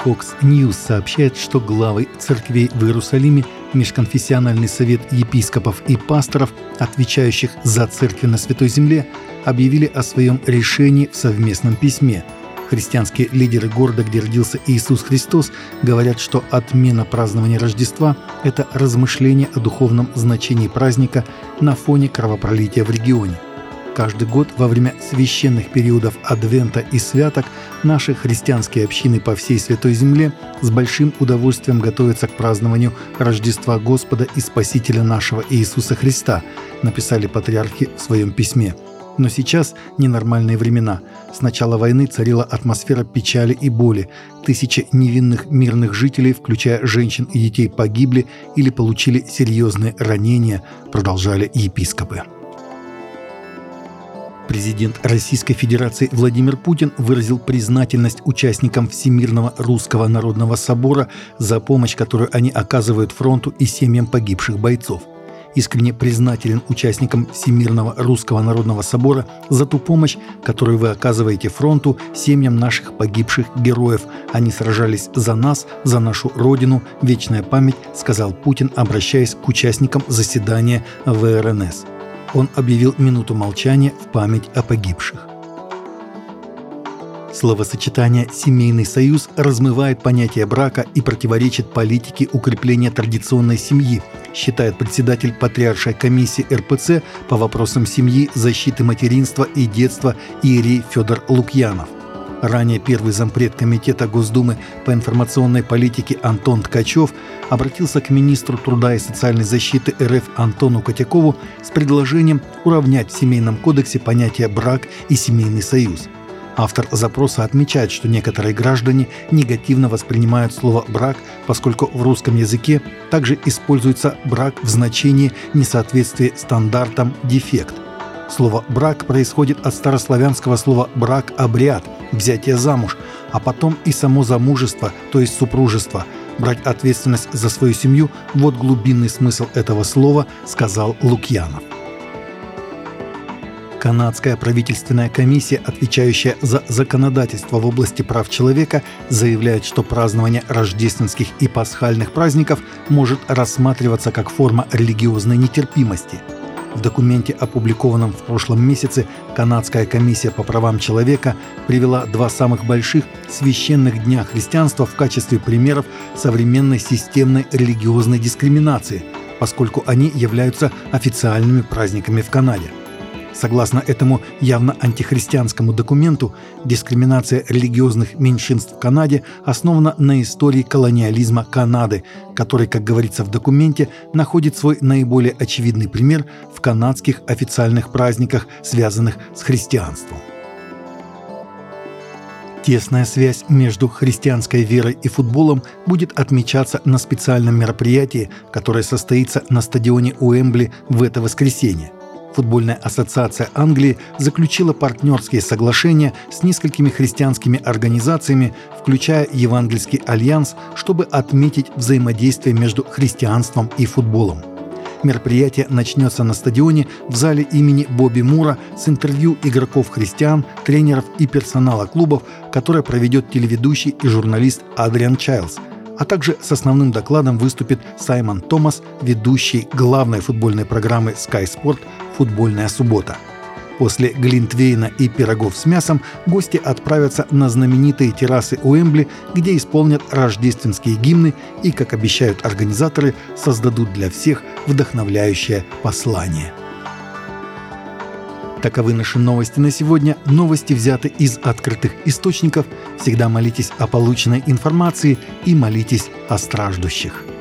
Cox News сообщает, что главы церквей в Иерусалиме, Межконфессиональный совет епископов и пасторов, отвечающих за церкви на Святой Земле, объявили о своем решении в совместном письме. Христианские лидеры города, где родился Иисус Христос, говорят, что отмена празднования Рождества – это размышление о духовном значении праздника на фоне кровопролития в регионе. Каждый год во время священных периодов Адвента и святок наши христианские общины по всей Святой Земле с большим удовольствием готовятся к празднованию Рождества Господа и Спасителя нашего Иисуса Христа, написали патриархи в своем письме. Но сейчас ненормальные времена. С начала войны царила атмосфера печали и боли. Тысячи невинных мирных жителей, включая женщин и детей, погибли или получили серьезные ранения, продолжали епископы. Президент Российской Федерации Владимир Путин выразил признательность участникам Всемирного Русского Народного Собора за помощь, которую они оказывают фронту и семьям погибших бойцов. Искренне признателен участникам Всемирного Русского Народного Собора за ту помощь, которую вы оказываете фронту, семьям наших погибших героев. Они сражались за нас, за нашу Родину. Вечная память, сказал Путин, обращаясь к участникам заседания ВРНС. Он объявил минуту молчания в память о погибших. Словосочетание «семейный союз» размывает понятие брака и противоречит политике укрепления традиционной семьи, считает председатель Патриаршей комиссии РПЦ по вопросам семьи, защиты материнства и детства иерей Федор Лукьянов. Ранее первый зампред Комитета Госдумы по информационной политике Антон Ткачев обратился к министру труда и социальной защиты РФ Антону Котякову с предложением уравнять в Семейном кодексе понятия «брак» и «семейный союз». Автор запроса отмечает, что некоторые граждане негативно воспринимают слово «брак», поскольку в русском языке также используется брак в значении несоответствия стандартам «дефект». Слово «брак» происходит от старославянского слова «брак» – обряд, взятие замуж, а потом и само замужество, то есть супружество. Брать ответственность за свою семью – вот глубинный смысл этого слова, сказал Лукьянов. Канадская правительственная комиссия, отвечающая за законодательство в области прав человека, заявляет, что празднование рождественских и пасхальных праздников может рассматриваться как форма религиозной нетерпимости. В документе, опубликованном в прошлом месяце, Канадская комиссия по правам человека привела два самых больших священных дня христианства в качестве примеров современной системной религиозной дискриминации, поскольку они являются официальными праздниками в Канаде. Согласно этому явно антихристианскому документу, дискриминация религиозных меньшинств в Канаде основана на истории колониализма Канады, который, как говорится в документе, находит свой наиболее очевидный пример в канадских официальных праздниках, связанных с христианством. Тесная связь между христианской верой и футболом будет отмечаться на специальном мероприятии, которое состоится на стадионе Уэмбли в это воскресенье. Футбольная ассоциация Англии заключила партнерские соглашения с несколькими христианскими организациями, включая Евангельский альянс, чтобы отметить взаимодействие между христианством и футболом. Мероприятие начнется на стадионе в зале имени Бобби Мура с интервью игроков-христиан, тренеров и персонала клубов, которое проведет телеведущий и журналист Адриан Чайлз. А также с основным докладом выступит Саймон Томас, ведущий главной футбольной программы Sky Sport «Футбольная суббота». После глинтвейна и пирогов с мясом гости отправятся на знаменитые террасы Уэмбли, где исполнят рождественские гимны и, как обещают организаторы, создадут для всех вдохновляющее послание. Таковы наши новости на сегодня. Новости взяты из открытых источников. Всегда молитесь о полученной информации и молитесь о страждущих.